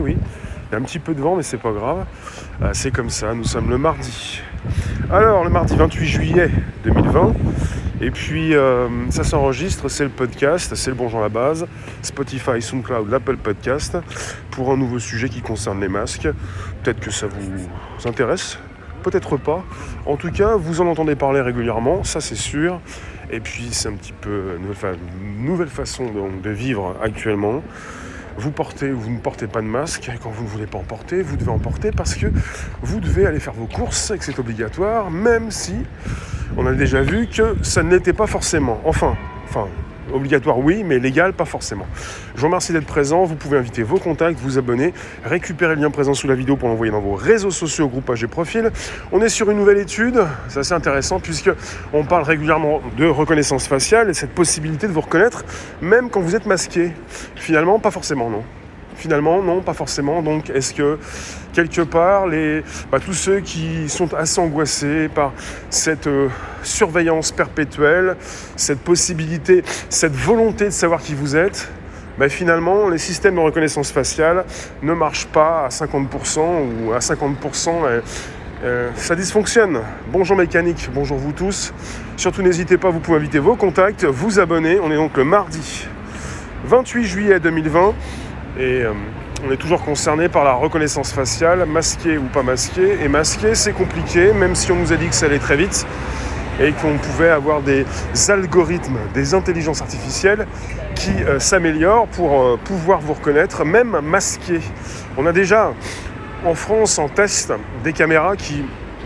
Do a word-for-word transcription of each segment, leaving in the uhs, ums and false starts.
oui. Il y a un petit peu de vent, mais c'est pas grave. Euh, c'est comme ça, nous sommes le mardi. Alors, le mardi vingt-huit juillet deux mille vingt. Et puis, euh, ça s'enregistre, c'est le podcast, c'est le Bonjour à la base, Spotify, SoundCloud, l'Apple Podcast, pour un nouveau sujet qui concerne les masques. Peut-être que ça vous intéresse, peut-être pas. En tout cas, vous en entendez parler régulièrement, ça c'est sûr. Et puis, c'est un petit peu une nouvelle, une nouvelle façon donc, de vivre actuellement. Vous portez ou vous ne portez pas de masque, et quand vous ne voulez pas en porter, vous devez en porter parce que vous devez aller faire vos courses et que c'est obligatoire, même si on a déjà vu que ça ne l'était pas forcément. Enfin, enfin, obligatoire oui, mais légal pas forcément. Je vous remercie d'être présent, vous pouvez inviter vos contacts, vous abonner, récupérer le lien présent sous la vidéo pour l'envoyer dans vos réseaux sociaux, groupages et profils. On est sur une nouvelle étude, c'est assez intéressant puisque on parle régulièrement de reconnaissance faciale et cette possibilité de vous reconnaître même quand vous êtes masqué. Finalement, pas forcément, non. Finalement, non, pas forcément. Donc, est-ce que, quelque part, les, bah, tous ceux qui sont assez angoissés par cette euh, surveillance perpétuelle, cette possibilité, cette volonté de savoir qui vous êtes, bah, finalement, les systèmes de reconnaissance faciale ne marchent pas à cinquante pour cent ou à cinquante pour cent. Et, euh, ça dysfonctionne. Bonjour mécanique, bonjour vous tous. Surtout, n'hésitez pas, vous pouvez inviter vos contacts, vous abonner. On est donc le mardi vingt-huit juillet deux mille vingt. Et euh, on est toujours concerné par la reconnaissance faciale, masqué ou pas masqué. Et masqué, c'est compliqué, même si on nous a dit que ça allait très vite et qu'on pouvait avoir des algorithmes, des intelligences artificielles qui euh, s'améliorent pour euh, pouvoir vous reconnaître, même masqué. On a déjà en France en test des caméras qui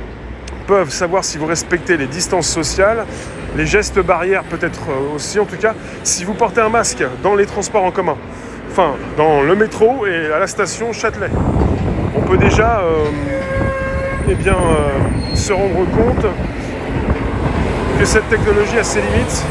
peuvent savoir si vous respectez les distances sociales, les gestes barrières peut-être aussi, en tout cas, si vous portez un masque dans les transports en commun. Enfin, dans le métro et à la station Châtelet. On peut déjà euh, eh bien, euh, se rendre compte que cette technologie a ses limites.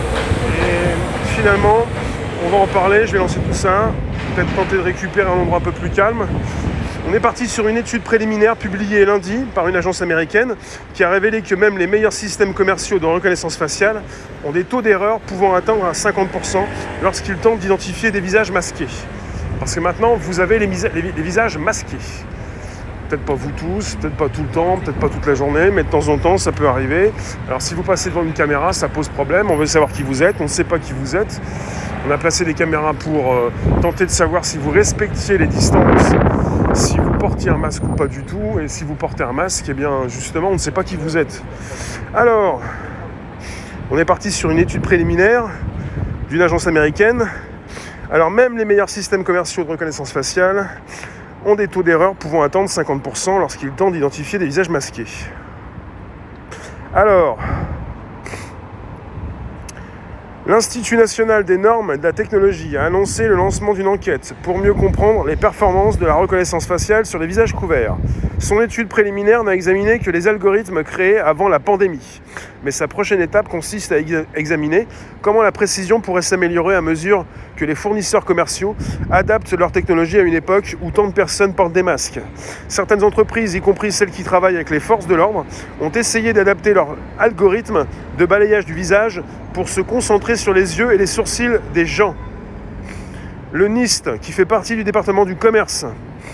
Et finalement, on va en parler, je vais lancer tout ça, peut-être tenter de récupérer un endroit un peu plus calme. On est parti sur une étude préliminaire publiée lundi par une agence américaine qui a révélé que même les meilleurs systèmes commerciaux de reconnaissance faciale ont des taux d'erreur pouvant atteindre à cinquante pour cent lorsqu'ils tentent d'identifier des visages masqués. Parce que maintenant, vous avez les, mis- les, les visages masqués. Peut-être pas vous tous, peut-être pas tout le temps, peut-être pas toute la journée, mais de temps en temps, ça peut arriver. Alors si vous passez devant une caméra, ça pose problème. On veut savoir qui vous êtes, on ne sait pas qui vous êtes. On a placé des caméras pour euh, tenter de savoir si vous respectiez les distances, si vous portiez un masque ou pas du tout. Et si vous portez un masque, eh bien justement, on ne sait pas qui vous êtes. Alors, on est parti sur une étude préliminaire d'une agence américaine. Alors même les meilleurs systèmes commerciaux de reconnaissance faciale ont des taux d'erreur pouvant atteindre cinquante pour cent lorsqu'ils tentent d'identifier des visages masqués. Alors, l'Institut national des normes et de la technologie a annoncé le lancement d'une enquête pour mieux comprendre les performances de la reconnaissance faciale sur les visages couverts. Son étude préliminaire n'a examiné que les algorithmes créés avant la pandémie. Mais sa prochaine étape consiste à ex- examiner comment la précision pourrait s'améliorer à mesure que les fournisseurs commerciaux adaptent leur technologie à une époque où tant de personnes portent des masques. Certaines entreprises, y compris celles qui travaillent avec les forces de l'ordre, ont essayé d'adapter leur algorithme de balayage du visage pour se concentrer sur les yeux et les sourcils des gens. Le N I S T, qui fait partie du département du commerce,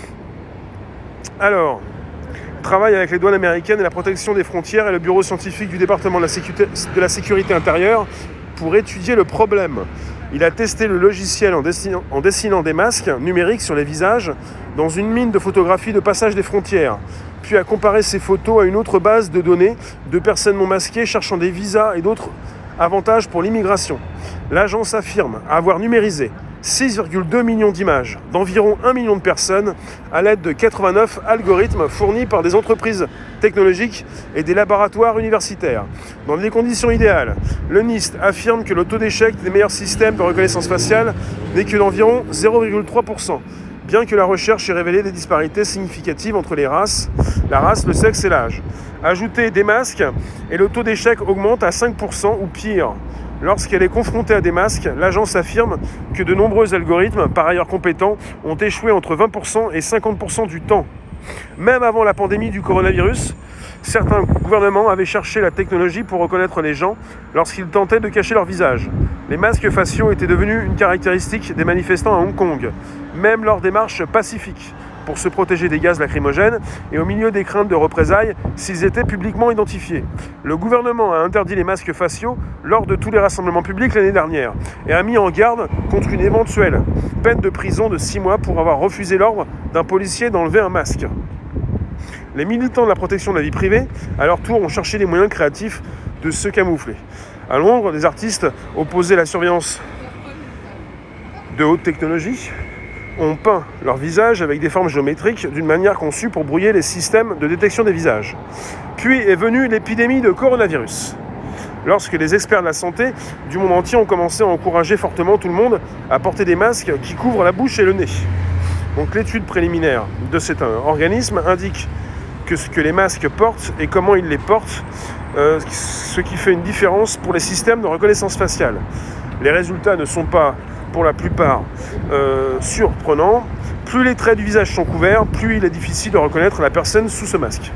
alors, travaille avec les douanes américaines et la protection des frontières et le bureau scientifique du département de la, sécurité, de la sécurité intérieure pour étudier le problème. Il a testé le logiciel en dessinant, en dessinant des masques numériques sur les visages dans une mine de photographie de passage des frontières, puis a comparé ces photos à une autre base de données de personnes non masquées cherchant des visas et d'autres avantages pour l'immigration. L'agence affirme avoir numérisé six virgule deux millions d'images d'environ un million de personnes à l'aide de quatre-vingt-neuf algorithmes fournis par des entreprises technologiques et des laboratoires universitaires. Dans des conditions idéales, le N I S T affirme que le taux d'échec des meilleurs systèmes de reconnaissance faciale n'est que d'environ zéro virgule trois pour cent, bien que la recherche ait révélé des disparités significatives entre les races, la race, le sexe et l'âge. Ajoutez des masques et le taux d'échec augmente à cinq pour cent ou pire. Lorsqu'elle est confrontée à des masques, l'agence affirme que de nombreux algorithmes, par ailleurs compétents, ont échoué entre vingt pour cent et cinquante pour cent du temps. Même avant la pandémie du coronavirus, certains gouvernements avaient cherché la technologie pour reconnaître les gens lorsqu'ils tentaient de cacher leur visage. Les masques faciaux étaient devenus une caractéristique des manifestants à Hong Kong, même lors des marches pacifiques, pour se protéger des gaz lacrymogènes et au milieu des craintes de représailles s'ils étaient publiquement identifiés. Le gouvernement a interdit les masques faciaux lors de tous les rassemblements publics l'année dernière et a mis en garde contre une éventuelle peine de prison de six mois pour avoir refusé l'ordre d'un policier d'enlever un masque. Les militants de la protection de la vie privée, à leur tour, ont cherché les moyens créatifs de se camoufler. À Londres, des artistes opposaient la surveillance de haute technologie ont peint leur visage avec des formes géométriques d'une manière conçue pour brouiller les systèmes de détection des visages. Puis est venue l'épidémie de coronavirus. Lorsque les experts de la santé du monde entier ont commencé à encourager fortement tout le monde à porter des masques qui couvrent la bouche et le nez. Donc l'étude préliminaire de cet organisme indique que ce que les masques portent et comment ils les portent, euh, ce qui fait une différence pour les systèmes de reconnaissance faciale. Les résultats ne sont pas, pour la plupart, euh, surprenants. Plus les traits du visage sont couverts, plus il est difficile de reconnaître la personne sous ce masque.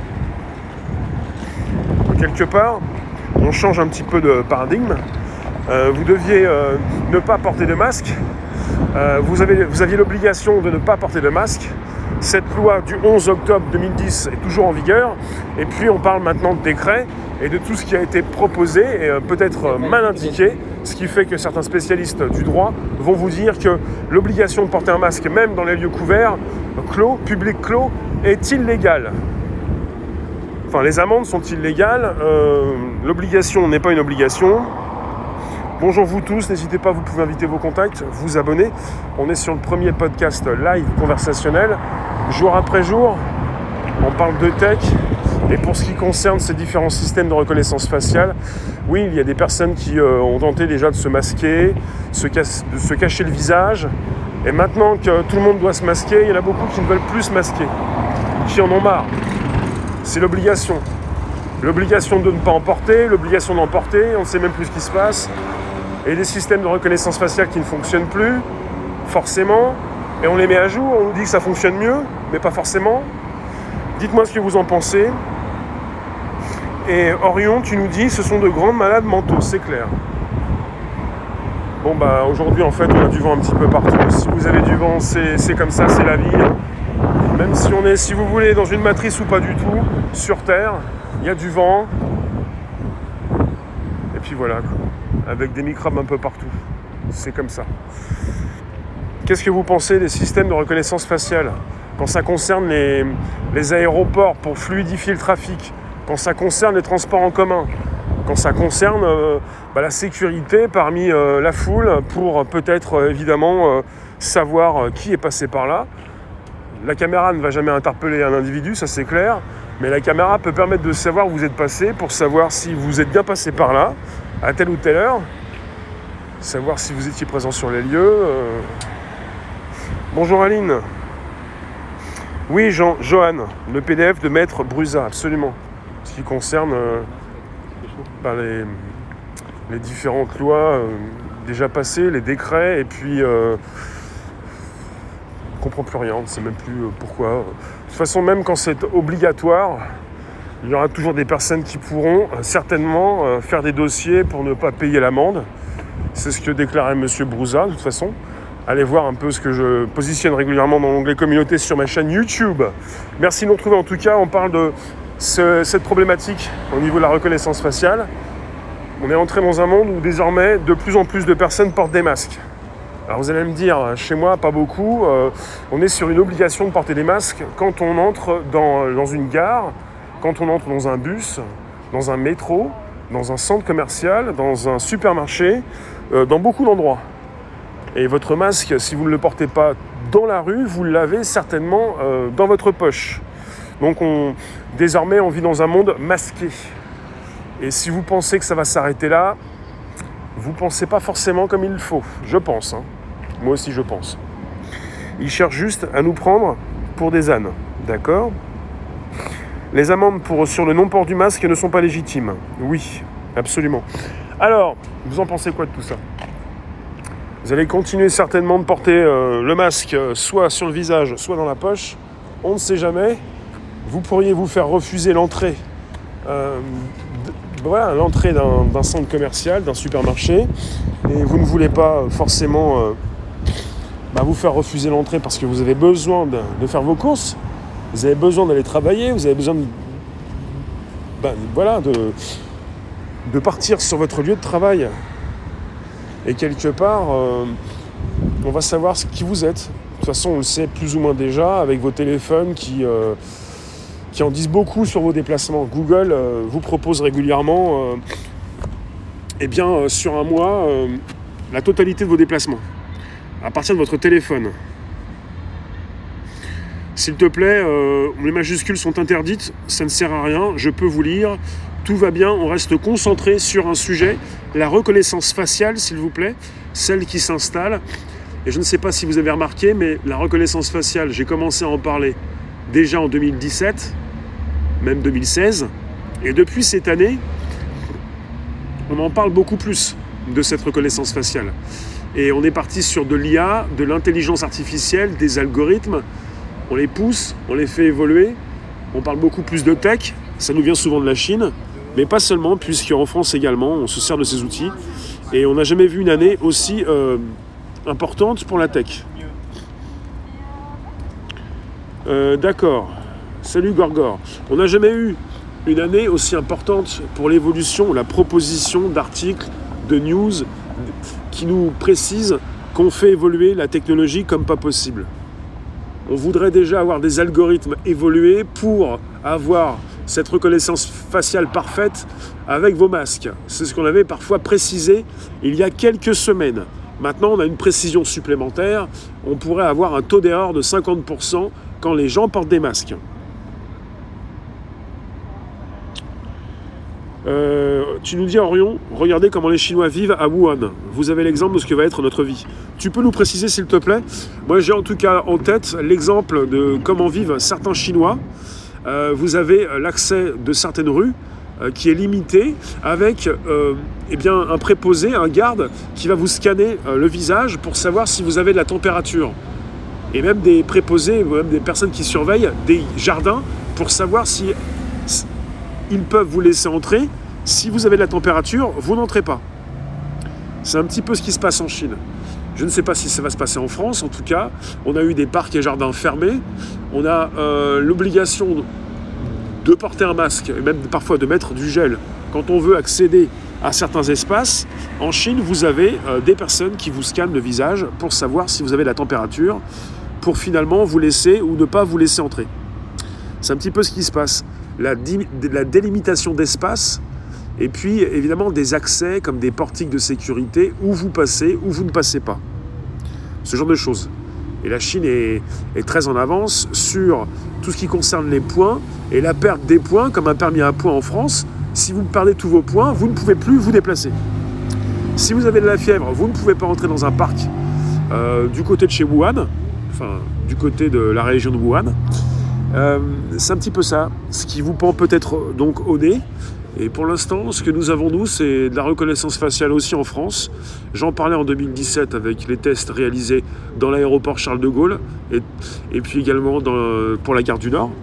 Quelque part, on change un petit peu de paradigme. Euh, vous deviez euh, ne pas porter de masque. Euh, vous, avez, vous aviez l'obligation de ne pas porter de masque. Cette loi du onze octobre deux mille dix est toujours en vigueur. Et puis on parle maintenant de décret et de tout ce qui a été proposé et euh, peut-être euh, mal indiqué. Ce qui fait que certains spécialistes du droit vont vous dire que l'obligation de porter un masque, même dans les lieux couverts, clos, publics clos, est illégale. Enfin, les amendes sont illégales. Euh, l'obligation n'est pas une obligation. Bonjour vous tous, n'hésitez pas, vous pouvez inviter vos contacts, vous abonner. On est sur le premier podcast live conversationnel. Jour après jour, on parle de tech. Et pour ce qui concerne ces différents systèmes de reconnaissance faciale, oui, il y a des personnes qui euh, ont tenté déjà de se masquer, se casse, de se cacher le visage. Et maintenant que tout le monde doit se masquer, il y en a beaucoup qui ne veulent plus se masquer, qui en ont marre. C'est l'obligation. L'obligation de ne pas en porter, l'obligation d'en porter, on ne sait même plus ce qui se passe. Et des systèmes de reconnaissance faciale qui ne fonctionnent plus, forcément. Et on les met à jour, on nous dit que ça fonctionne mieux, mais pas forcément. Dites-moi ce que vous en pensez. Et Orion, tu nous dis, ce sont de grands malades mentaux, c'est clair. Bon, bah aujourd'hui, en fait, on a du vent un petit peu partout. Si vous avez du vent, c'est, c'est comme ça, c'est la vie. Même si on est, si vous voulez, dans une matrice ou pas du tout, sur Terre, il y a du vent. Et puis voilà, quoi. Avec des microbes un peu partout. C'est comme ça. Qu'est-ce que vous pensez des systèmes de reconnaissance faciale ? Quand ça concerne les, les aéroports pour fluidifier le trafic, quand ça concerne les transports en commun, quand ça concerne euh, bah, la sécurité parmi euh, la foule pour euh, peut-être euh, évidemment euh, savoir euh, qui est passé par là. La caméra ne va jamais interpeller un individu, ça c'est clair, mais la caméra peut permettre de savoir où vous êtes passé pour savoir si vous êtes bien passé par là, à telle ou telle heure, savoir si vous étiez présent sur les lieux. Euh... Bonjour Aline. Oui, Jean, Johan, le P D F de Maître Brusa, absolument. Ce qui concerne euh, bah, les, les différentes lois euh, déjà passées, les décrets, et puis euh, on ne comprend plus rien, on ne sait même plus euh, pourquoi. De toute façon, même quand c'est obligatoire, il y aura toujours des personnes qui pourront euh, certainement euh, faire des dossiers pour ne pas payer l'amende. C'est ce que déclarait M. Brusa, de toute façon. Allez voir un peu ce que je positionne régulièrement dans l'onglet communauté sur ma chaîne YouTube. Merci de nous retrouver en tout cas. On parle de ce, cette problématique au niveau de la reconnaissance faciale. On est entré dans un monde où désormais de plus en plus de personnes portent des masques. Alors vous allez me dire, chez moi pas beaucoup, euh, on est sur une obligation de porter des masques quand on entre dans, dans une gare, quand on entre dans un bus, dans un métro, dans un centre commercial, dans un supermarché, euh, dans beaucoup d'endroits. Et votre masque, si vous ne le portez pas dans la rue, vous l'avez certainement euh, dans votre poche. Donc on, désormais, on vit dans un monde masqué. Et si vous pensez que ça va s'arrêter là, vous ne pensez pas forcément comme il faut. Je pense. Hein. Moi aussi, je pense. Ils cherchent juste à nous prendre pour des ânes. D'accord ? Les amendes pour, sur le non-port du masque ne sont pas légitimes. Oui, absolument. Alors, vous en pensez quoi de tout ça ? Vous allez continuer certainement de porter euh, le masque euh, soit sur le visage, soit dans la poche. on ne sait jamais, vous pourriez vous faire refuser l'entrée, euh, d- voilà, l'entrée d'un, d'un centre commercial, d'un supermarché, et vous ne voulez pas forcément euh, bah, vous faire refuser l'entrée parce que vous avez besoin de, de faire vos courses, vous avez besoin d'aller travailler, vous avez besoin de, bah, voilà, de, de partir sur votre lieu de travail. Et quelque part, euh, on va savoir qui vous êtes. De toute façon, on le sait plus ou moins déjà avec vos téléphones qui, euh, qui en disent beaucoup sur vos déplacements. Google euh, vous propose régulièrement, euh, eh bien, euh, sur un mois, euh, la totalité de vos déplacements, à partir de votre téléphone. S'il te plaît, euh, les majuscules sont interdites, ça ne sert à rien, je peux vous lire. Tout va bien, on reste concentré sur un sujet, la reconnaissance faciale, s'il vous plaît, celle qui s'installe. Et je ne sais pas si vous avez remarqué, mais la reconnaissance faciale, j'ai commencé à en parler déjà en deux mille dix-sept, même deux mille seize. Et depuis cette année, on en parle beaucoup plus de cette reconnaissance faciale. Et on est parti sur de l'I A, de l'intelligence artificielle, des algorithmes. On les pousse, on les fait évoluer. On parle beaucoup plus de tech. Ça nous vient souvent de la Chine. Mais pas seulement, puisqu'en France également, on se sert de ces outils. Et on n'a jamais vu une année aussi euh, importante pour la tech. Euh, d'accord. Salut Gorgor. On n'a jamais eu une année aussi importante pour l'évolution, la proposition d'articles, de news qui nous précisent qu'on fait évoluer la technologie comme pas possible. On voudrait déjà avoir des algorithmes évolués pour avoir cette reconnaissance faciale parfaite avec vos masques. C'est ce qu'on avait parfois précisé il y a quelques semaines. Maintenant, on a une précision supplémentaire. On pourrait avoir un taux d'erreur de cinquante pour cent quand les gens portent des masques. Euh, tu nous dis, Orion, regardez comment les Chinois vivent à Wuhan. Vous avez l'exemple de ce que va être notre vie. Tu peux nous préciser, s'il te plaît? Moi, j'ai en tout cas en tête l'exemple de comment vivent certains Chinois. Euh, vous avez l'accès de certaines rues euh, qui est limité avec euh, eh bien, un préposé, un garde qui va vous scanner euh, le visage pour savoir si vous avez de la température. Et même des préposés, même des personnes qui surveillent des jardins pour savoir si ils peuvent vous laisser entrer. Si vous avez de la température, vous n'entrez pas. C'est un petit peu ce qui se passe en Chine. Je ne sais pas si ça va se passer en France, en tout cas. On a eu des parcs et jardins fermés. On a euh, l'obligation de porter un masque, et même parfois de mettre du gel quand on veut accéder à certains espaces. En Chine, vous avez euh, des personnes qui vous scannent le visage pour savoir si vous avez de la température, pour finalement vous laisser ou ne pas vous laisser entrer. C'est un petit peu ce qui se passe. La, di- la délimitation d'espace, et puis évidemment des accès comme des portiques de sécurité où vous passez, où vous ne passez pas. Ce genre de choses. Et la Chine est, est très en avance sur tout ce qui concerne les points et la perte des points, comme un permis à points en France. Si vous perdez tous vos points, vous ne pouvez plus vous déplacer. Si vous avez de la fièvre, vous ne pouvez pas entrer dans un parc euh, du côté de chez Wuhan, enfin du côté de la région de Wuhan. Euh, c'est un petit peu ça, ce qui vous pend peut-être donc au nez. Et pour l'instant, ce que nous avons, nous, c'est de la reconnaissance faciale aussi en France. J'en parlais en deux mille dix-sept avec les tests réalisés dans l'aéroport Charles de Gaulle et, et puis également dans, pour la gare du Nord.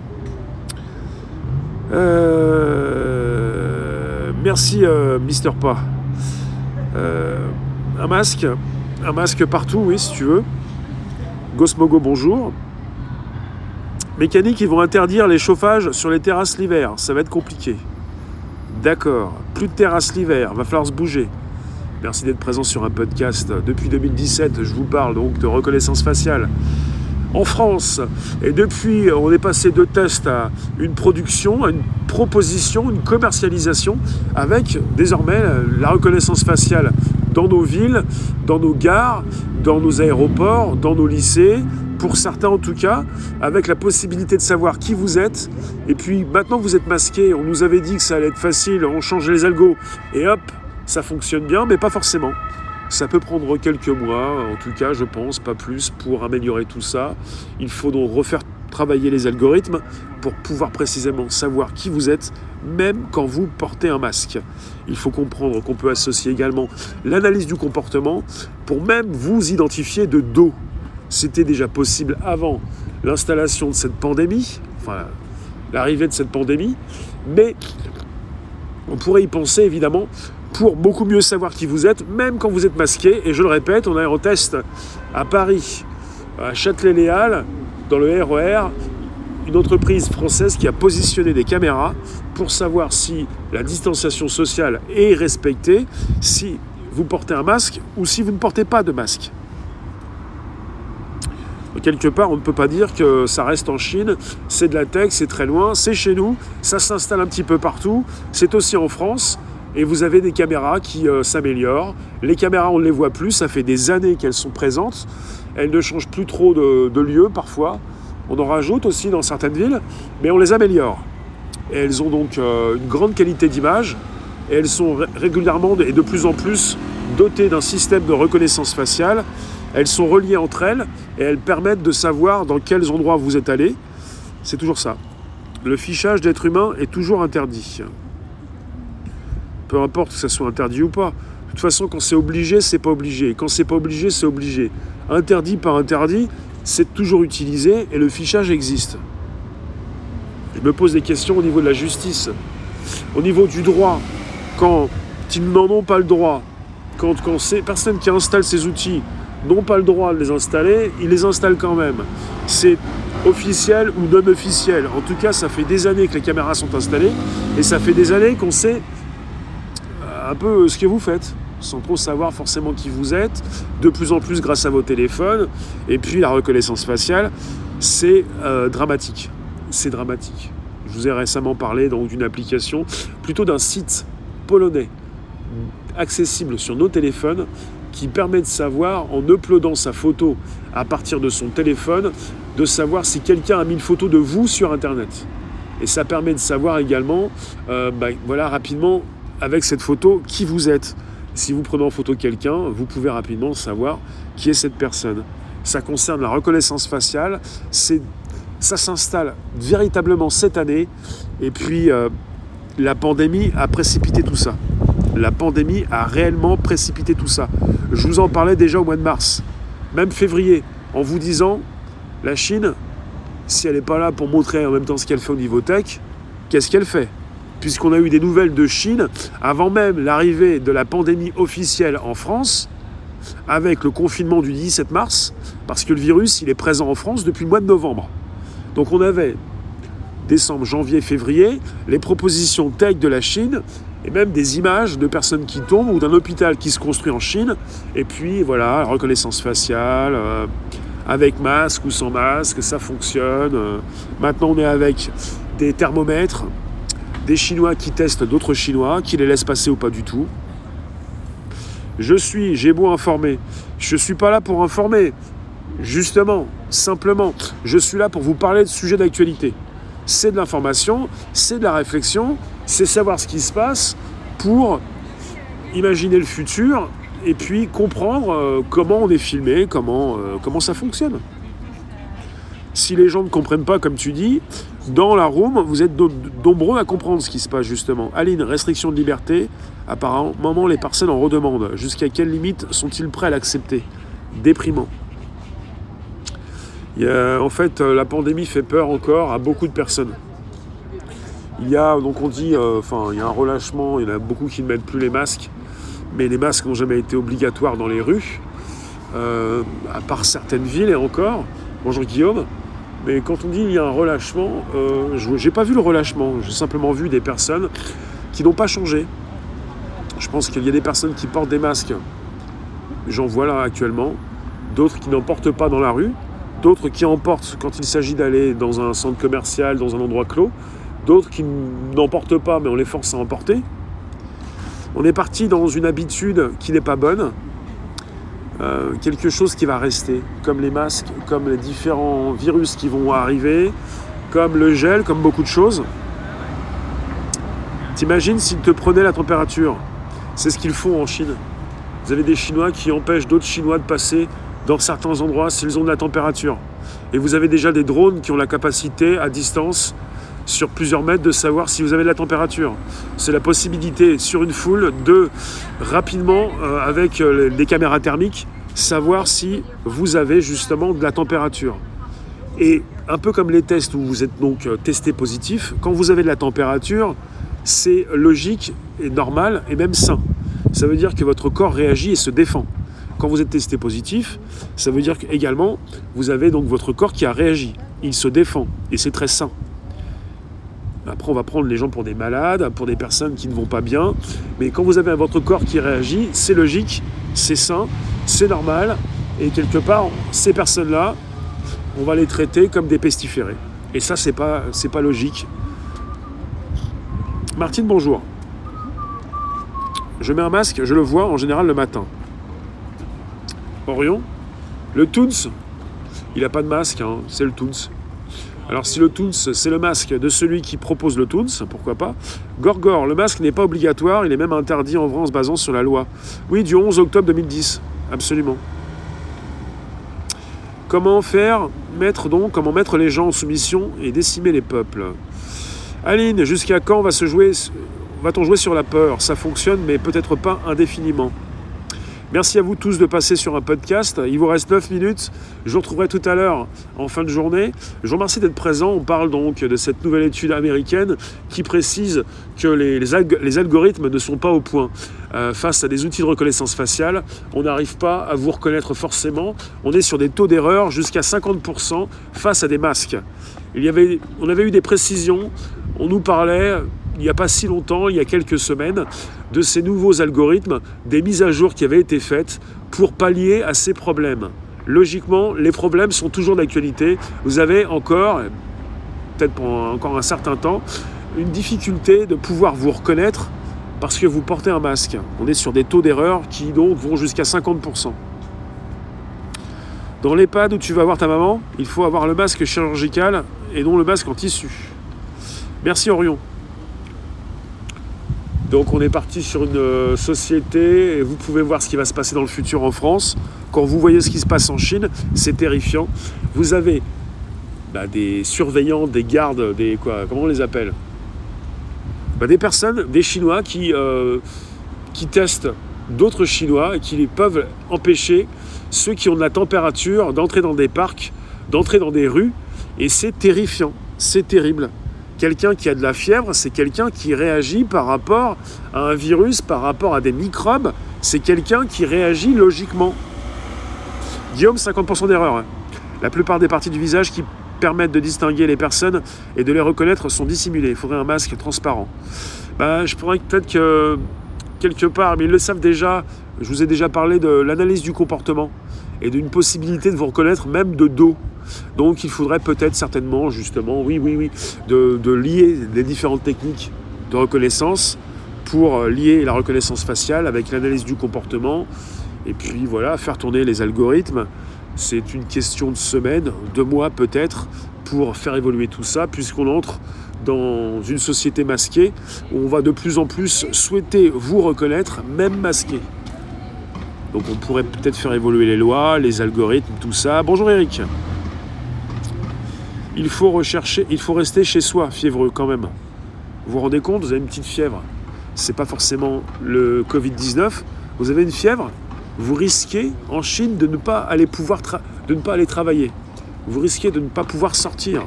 Euh, merci, euh, Mister Pa. Euh, un masque, un masque partout, oui, si tu veux. Gosmogo, bonjour. Mécaniques, ils vont interdire les chauffages sur les terrasses l'hiver. Ça va être compliqué. D'accord. Plus de terrasses l'hiver. Va falloir se bouger. Merci d'être présent sur un podcast. Depuis deux mille dix-sept, je vous parle donc de reconnaissance faciale en France. Et depuis, on est passé de test à une production, à une proposition, une commercialisation avec désormais la reconnaissance faciale dans nos villes, dans nos gares, dans nos aéroports, dans nos lycées, pour certains en tout cas, avec la possibilité de savoir qui vous êtes. Et puis maintenant vous êtes masqué, on nous avait dit que ça allait être facile, on change les algos et hop, ça fonctionne bien, mais pas forcément. Ça peut prendre quelques mois, en tout cas je pense, pas plus, pour améliorer tout ça. Il faut donc refaire travailler les algorithmes pour pouvoir précisément savoir qui vous êtes, même quand vous portez un masque. Il faut comprendre qu'on peut associer également l'analyse du comportement pour même vous identifier de dos. C'était déjà possible avant l'installation de cette pandémie, enfin l'arrivée de cette pandémie, mais on pourrait y penser évidemment pour beaucoup mieux savoir qui vous êtes, même quand vous êtes masqué. Et je le répète, on a un test à Paris, à Châtelet-Les Halles, dans le R E R, une entreprise française qui a positionné des caméras pour savoir si la distanciation sociale est respectée, si vous portez un masque ou si vous ne portez pas de masque. Quelque part, on ne peut pas dire que ça reste en Chine, c'est de la tech, c'est très loin, c'est chez nous, ça s'installe un petit peu partout, c'est aussi en France, et vous avez des caméras qui euh, s'améliorent. Les caméras, on ne les voit plus, ça fait des années qu'elles sont présentes, elles ne changent plus trop de, de lieu parfois, on en rajoute aussi dans certaines villes, mais on les améliore. Et elles ont donc euh, une grande qualité d'image, et elles sont ré- régulièrement et de plus en plus dotées d'un système de reconnaissance faciale. Elles sont reliées entre elles et elles permettent de savoir dans quels endroits vous êtes allé. C'est toujours ça. Le fichage d'êtres humains est toujours interdit. Peu importe que ça soit interdit ou pas. De toute façon, quand c'est obligé, c'est pas obligé. Quand c'est pas obligé, c'est obligé. Interdit par interdit, c'est toujours utilisé et le fichage existe. Je me pose des questions au niveau de la justice. Au niveau du droit, quand ils n'en ont pas le droit, quand, quand ces personnes qui installent ces outils n'ont pas le droit de les installer, ils les installent quand même. C'est officiel ou non officiel. En tout cas, ça fait des années que les caméras sont installées et ça fait des années qu'on sait un peu ce que vous faites, sans trop savoir forcément qui vous êtes, de plus en plus grâce à vos téléphones. Et puis la reconnaissance faciale, c'est euh, dramatique. C'est dramatique. Je vous ai récemment parlé donc, d'une application, plutôt d'un site polonais, accessible sur nos téléphones, qui permet de savoir, en uploadant sa photo à partir de son téléphone, de savoir si quelqu'un a mis une photo de vous sur Internet. Et ça permet de savoir également, euh, bah, voilà, rapidement, avec cette photo, qui vous êtes. Si vous prenez en photo quelqu'un, vous pouvez rapidement savoir qui est cette personne. Ça concerne la reconnaissance faciale, c'est, ça s'installe véritablement cette année, et puis euh, la pandémie a précipité tout ça. La pandémie a réellement précipité tout ça. Je vous en parlais déjà au mois de mars, même février, en vous disant, la Chine, si elle n'est pas là pour montrer en même temps ce qu'elle fait au niveau tech, qu'est-ce qu'elle fait ? Puisqu'on a eu des nouvelles de Chine avant même l'arrivée de la pandémie officielle en France, avec le confinement du dix-sept mars, parce que le virus, il est présent en France depuis le mois de novembre. Donc on avait décembre, janvier, février, les propositions tech de la Chine, et même des images de personnes qui tombent ou d'un hôpital qui se construit en Chine. Et puis voilà, reconnaissance faciale, euh, avec masque ou sans masque, ça fonctionne. Euh, maintenant on est avec des thermomètres, des Chinois qui testent d'autres Chinois, qui les laissent passer ou pas du tout. Je suis, j'ai beau informer, je ne suis pas là pour informer. Justement, simplement, je suis là pour vous parler de sujets d'actualité. C'est de l'information, c'est de la réflexion, c'est savoir ce qui se passe pour imaginer le futur et puis comprendre euh, comment on est filmé, comment, euh, comment ça fonctionne. Si les gens ne comprennent pas, comme tu dis, dans la room, vous êtes nombreux à comprendre ce qui se passe justement. Aline, restriction de liberté, apparemment les personnes en redemandent. Jusqu'à quelle limite sont-ils prêts à l'accepter ? Déprimant. Il y a, en fait, la pandémie fait peur encore à beaucoup de personnes. Il y a, donc on dit, euh, enfin, il y a un relâchement, il y en a beaucoup qui ne mettent plus les masques, mais les masques n'ont jamais été obligatoires dans les rues, euh, à part certaines villes et encore. Bonjour Guillaume. Mais quand on dit il y a un relâchement, euh, je n'ai pas vu le relâchement, j'ai simplement vu des personnes qui n'ont pas changé. Je pense qu'il y a des personnes qui portent des masques, j'en vois là actuellement, d'autres qui n'en portent pas dans la rue, d'autres qui en portent quand il s'agit d'aller dans un centre commercial, dans un endroit clos, d'autres qui n'en portent pas mais on les force à en porter. On est parti dans une habitude qui n'est pas bonne, euh, quelque chose qui va rester, comme les masques, comme les différents virus qui vont arriver, comme le gel, comme beaucoup de choses. T'imagines s'ils te prenaient la température ? C'est ce qu'ils font en Chine. Vous avez des Chinois qui empêchent d'autres Chinois de passer dans certains endroits s'ils ont de la température. Et vous avez déjà des drones qui ont la capacité, à distance, sur plusieurs mètres, de savoir si vous avez de la température. C'est la possibilité, sur une foule, de rapidement, euh, avec euh, les caméras thermiques, savoir si vous avez justement de la température. Et un peu comme les tests où vous êtes donc testé positif, quand vous avez de la température, c'est logique et normal et même sain. Ça veut dire que votre corps réagit et se défend. Quand vous êtes testé positif, ça veut dire qu'également, vous avez donc votre corps qui a réagi. Il se défend et c'est très sain. Après, on va prendre les gens pour des malades, pour des personnes qui ne vont pas bien. Mais quand vous avez votre corps qui réagit, c'est logique, c'est sain, c'est normal. Et quelque part, ces personnes-là, on va les traiter comme des pestiférés. Et ça, c'est pas, c'est pas logique. Martine, bonjour. Je mets un masque, je le vois en général le matin. Orion, le Toons, il n'a pas de masque, hein, c'est le Toons. Alors si le Toons, c'est le masque de celui qui propose le Toons, pourquoi pas. Gorgor, le masque n'est pas obligatoire, il est même interdit en vrai en se basant sur la loi. Oui, du onze octobre deux mille dix, absolument. Comment faire, mettre donc, comment mettre les gens en soumission et décimer les peuples? Aline, jusqu'à quand va se jouer, va-t-on jouer sur la peur? Ça fonctionne, mais peut-être pas indéfiniment. Merci à vous tous de passer sur un podcast. Il vous reste neuf minutes. Je vous retrouverai tout à l'heure en fin de journée. Je vous remercie d'être présent. On parle donc de cette nouvelle étude américaine qui précise que les, les, alg- les algorithmes ne sont pas au point. Euh, face à des outils de reconnaissance faciale, on n'arrive pas à vous reconnaître forcément. On est sur des taux d'erreur jusqu'à cinquante pour cent face à des masques. Il y avait, on avait eu des précisions. On nous parlait, il n'y a pas si longtemps, il y a quelques semaines, de ces nouveaux algorithmes, des mises à jour qui avaient été faites pour pallier à ces problèmes. Logiquement, les problèmes sont toujours d'actualité. Vous avez encore, peut-être pendant encore un certain temps, une difficulté de pouvoir vous reconnaître parce que vous portez un masque. On est sur des taux d'erreur qui donc vont jusqu'à cinquante pour cent. Dans l'EHPAD où tu vas voir ta maman, il faut avoir le masque chirurgical et non le masque en tissu. Merci Orion. Donc on est parti sur une société et vous pouvez voir ce qui va se passer dans le futur en France. Quand vous voyez ce qui se passe en Chine, c'est terrifiant. Vous avez bah, des surveillants, des gardes, des quoi, comment on les appelle bah, des personnes, des Chinois qui, euh, qui testent d'autres Chinois et qui les peuvent empêcher ceux qui ont de la température d'entrer dans des parcs, d'entrer dans des rues. Et c'est terrifiant, c'est terrible. Quelqu'un qui a de la fièvre, c'est quelqu'un qui réagit par rapport à un virus, par rapport à des microbes. C'est quelqu'un qui réagit logiquement. Guillaume, cinquante pour cent d'erreur. Hein. La plupart des parties du visage qui permettent de distinguer les personnes et de les reconnaître sont dissimulées. Il faudrait un masque transparent. Ben, je pourrais peut-être que quelque part, mais ils le savent déjà, je vous ai déjà parlé de l'analyse du comportement et d'une possibilité de vous reconnaître même de dos. Donc il faudrait peut-être certainement, justement, oui, oui, oui, de, de lier les différentes techniques de reconnaissance pour lier la reconnaissance faciale avec l'analyse du comportement et puis voilà, faire tourner les algorithmes. C'est une question de semaines, de mois peut-être, pour faire évoluer tout ça, puisqu'on entre dans une société masquée où on va de plus en plus souhaiter vous reconnaître, même masqué. Donc on pourrait peut-être faire évoluer les lois, les algorithmes, tout ça. Bonjour Eric. Il faut rechercher, il faut rester chez soi, fiévreux quand même. Vous vous rendez compte, vous avez une petite fièvre. C'est pas forcément le covid dix-neuf. Vous avez une fièvre, vous risquez en Chine de ne pas aller pouvoir tra- de ne pas aller travailler. Vous risquez de ne pas pouvoir sortir.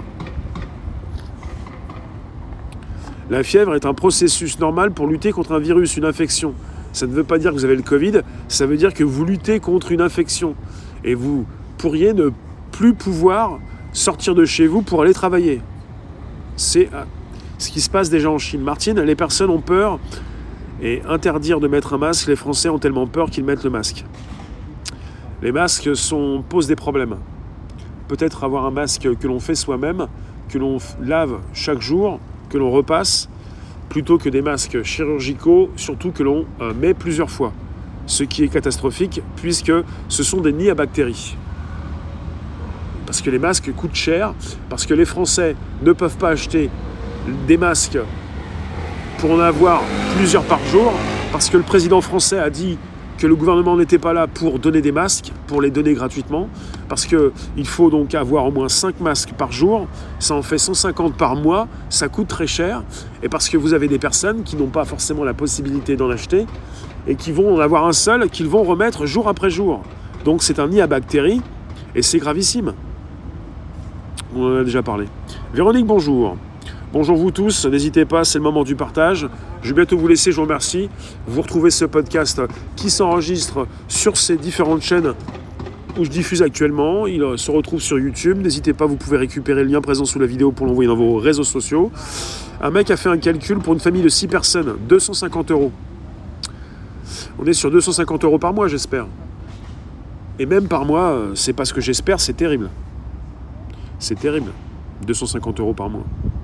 La fièvre est un processus normal pour lutter contre un virus, une infection. Ça ne veut pas dire que vous avez le Covid, ça veut dire que vous luttez contre une infection. Et vous pourriez ne plus pouvoir sortir de chez vous pour aller travailler. C'est ce qui se passe déjà en Chine. Martine, les personnes ont peur et interdire de mettre un masque, les Français ont tellement peur qu'ils mettent le masque. Les masques sont, posent des problèmes. Peut-être avoir un masque que l'on fait soi-même, que l'on lave chaque jour, que l'on repasse, plutôt que des masques chirurgicaux, surtout que l'on euh, met plusieurs fois. Ce qui est catastrophique, puisque ce sont des nids à bactéries. Parce que les masques coûtent cher, parce que les Français ne peuvent pas acheter des masques pour en avoir plusieurs par jour, parce que le président français a dit que le gouvernement n'était pas là pour donner des masques, pour les donner gratuitement, parce qu'il faut donc avoir au moins cinq masques par jour, ça en fait cent cinquante par mois, ça coûte très cher, et parce que vous avez des personnes qui n'ont pas forcément la possibilité d'en acheter, et qui vont en avoir un seul, qu'ils vont remettre jour après jour. Donc c'est un nid à bactéries, et c'est gravissime. on en a déjà parlé. Véronique, bonjour. Bonjour vous tous, n'hésitez pas, c'est le moment du partage. Je vais bientôt vous laisser, je vous remercie. Vous retrouvez ce podcast qui s'enregistre sur ces différentes chaînes où je diffuse actuellement. Il se retrouve sur YouTube. N'hésitez pas, vous pouvez récupérer le lien présent sous la vidéo pour l'envoyer dans vos réseaux sociaux. Un mec a fait un calcul pour une famille de six personnes, deux cent cinquante euros. On est sur deux cent cinquante euros par mois, j'espère. Et même par mois, c'est pas ce que j'espère, c'est terrible. C'est terrible. deux cent cinquante euros par mois.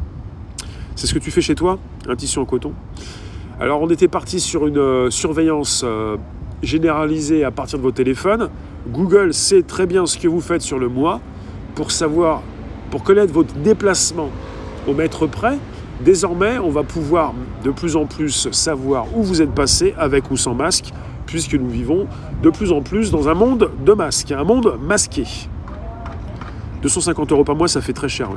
C'est ce que tu fais chez toi, un tissu en coton. Alors on était parti sur une euh, surveillance euh, généralisée à partir de vos téléphones. Google sait très bien ce que vous faites sur le mois pour savoir, pour connaître votre déplacement au mètre près. Désormais, on va pouvoir de plus en plus savoir où vous êtes passé, avec ou sans masque, puisque nous vivons de plus en plus dans un monde de masques, un monde masqué. deux cent cinquante euros par mois, ça fait très cher, ouais.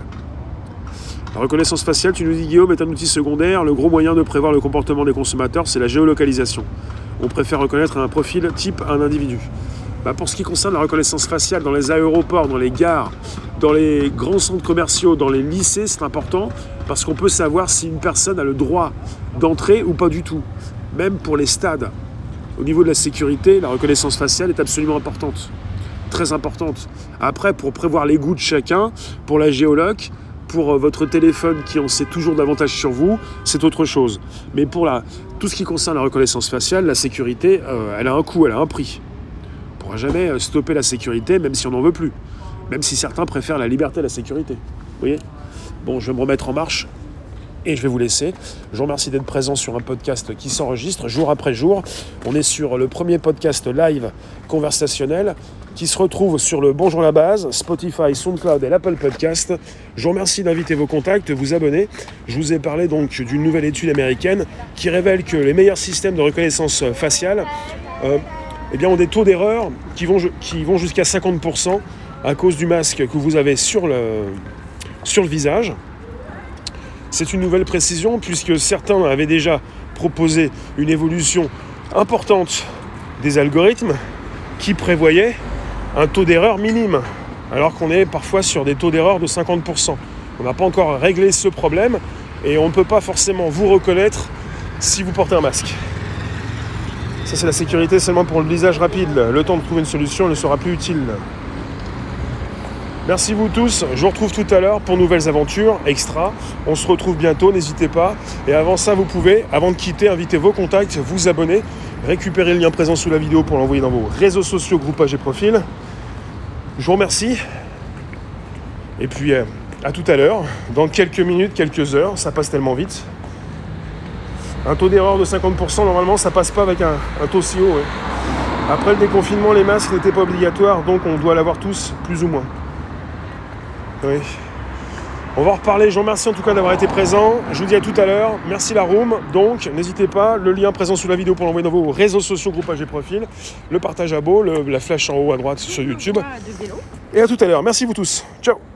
La reconnaissance faciale, tu nous dis Guillaume, est un outil secondaire. Le gros moyen de prévoir le comportement des consommateurs, c'est la géolocalisation. On préfère reconnaître un profil type un individu. Bah pour ce qui concerne la reconnaissance faciale dans les aéroports, dans les gares, dans les grands centres commerciaux, dans les lycées, c'est important parce qu'on peut savoir si une personne a le droit d'entrer ou pas du tout. Même pour les stades. Au niveau de la sécurité, la reconnaissance faciale est absolument importante. Très importante. Après, pour prévoir les goûts de chacun, pour la géoloc, pour votre téléphone qui en sait toujours davantage sur vous, c'est autre chose. Mais pour la, tout ce qui concerne la reconnaissance faciale, la sécurité, euh, elle a un coût, elle a un prix. On ne pourra jamais stopper la sécurité, même si on n'en veut plus. Même si certains préfèrent la liberté à la sécurité. Vous voyez ? Bon, je vais me remettre en marche et je vais vous laisser. Je vous remercie d'être présent sur un podcast qui s'enregistre jour après jour. On est sur le premier podcast live conversationnel qui se retrouve sur le Bonjour la Base, Spotify, SoundCloud et l'Apple Podcast. Je vous remercie d'inviter vos contacts, vous abonner. Je vous ai parlé donc d'une nouvelle étude américaine qui révèle que les meilleurs systèmes de reconnaissance faciale euh, eh bien, ont des taux d'erreur qui vont, qui vont jusqu'à cinquante pour cent à cause du masque que vous avez sur le, sur le visage. C'est une nouvelle précision puisque certains avaient déjà proposé une évolution importante des algorithmes qui prévoyaient un taux d'erreur minime, alors qu'on est parfois sur des taux d'erreur de cinquante pour cent. On n'a pas encore réglé ce problème et on ne peut pas forcément vous reconnaître si vous portez un masque. Ça, c'est la sécurité seulement pour le visage rapide. Le temps de trouver une solution ne sera plus utile. Merci vous tous. Je vous retrouve tout à l'heure pour nouvelles aventures extra. On se retrouve bientôt, n'hésitez pas. Et avant ça, vous pouvez, avant de quitter, inviter vos contacts, vous abonner, récupérer le lien présent sous la vidéo pour l'envoyer dans vos réseaux sociaux, groupages et profils. Je vous remercie. Et puis, euh, à tout à l'heure. Dans quelques minutes, quelques heures, ça passe tellement vite. Un taux d'erreur de cinquante pour cent, normalement, ça passe pas avec un, un taux si haut. Ouais. Après le déconfinement, les masques n'étaient pas obligatoires, donc on doit l'avoir tous, plus ou moins. Oui. On va en reparler. Je vous remercie en tout cas d'avoir été présent. Je vous dis à tout à l'heure. Merci la room. Donc, n'hésitez pas. Le lien présent sous la vidéo pour l'envoyer dans vos réseaux sociaux, groupages et profils. Le partage à beau, le, la flash en haut à droite sur YouTube. Et à tout à l'heure. Merci vous tous. Ciao.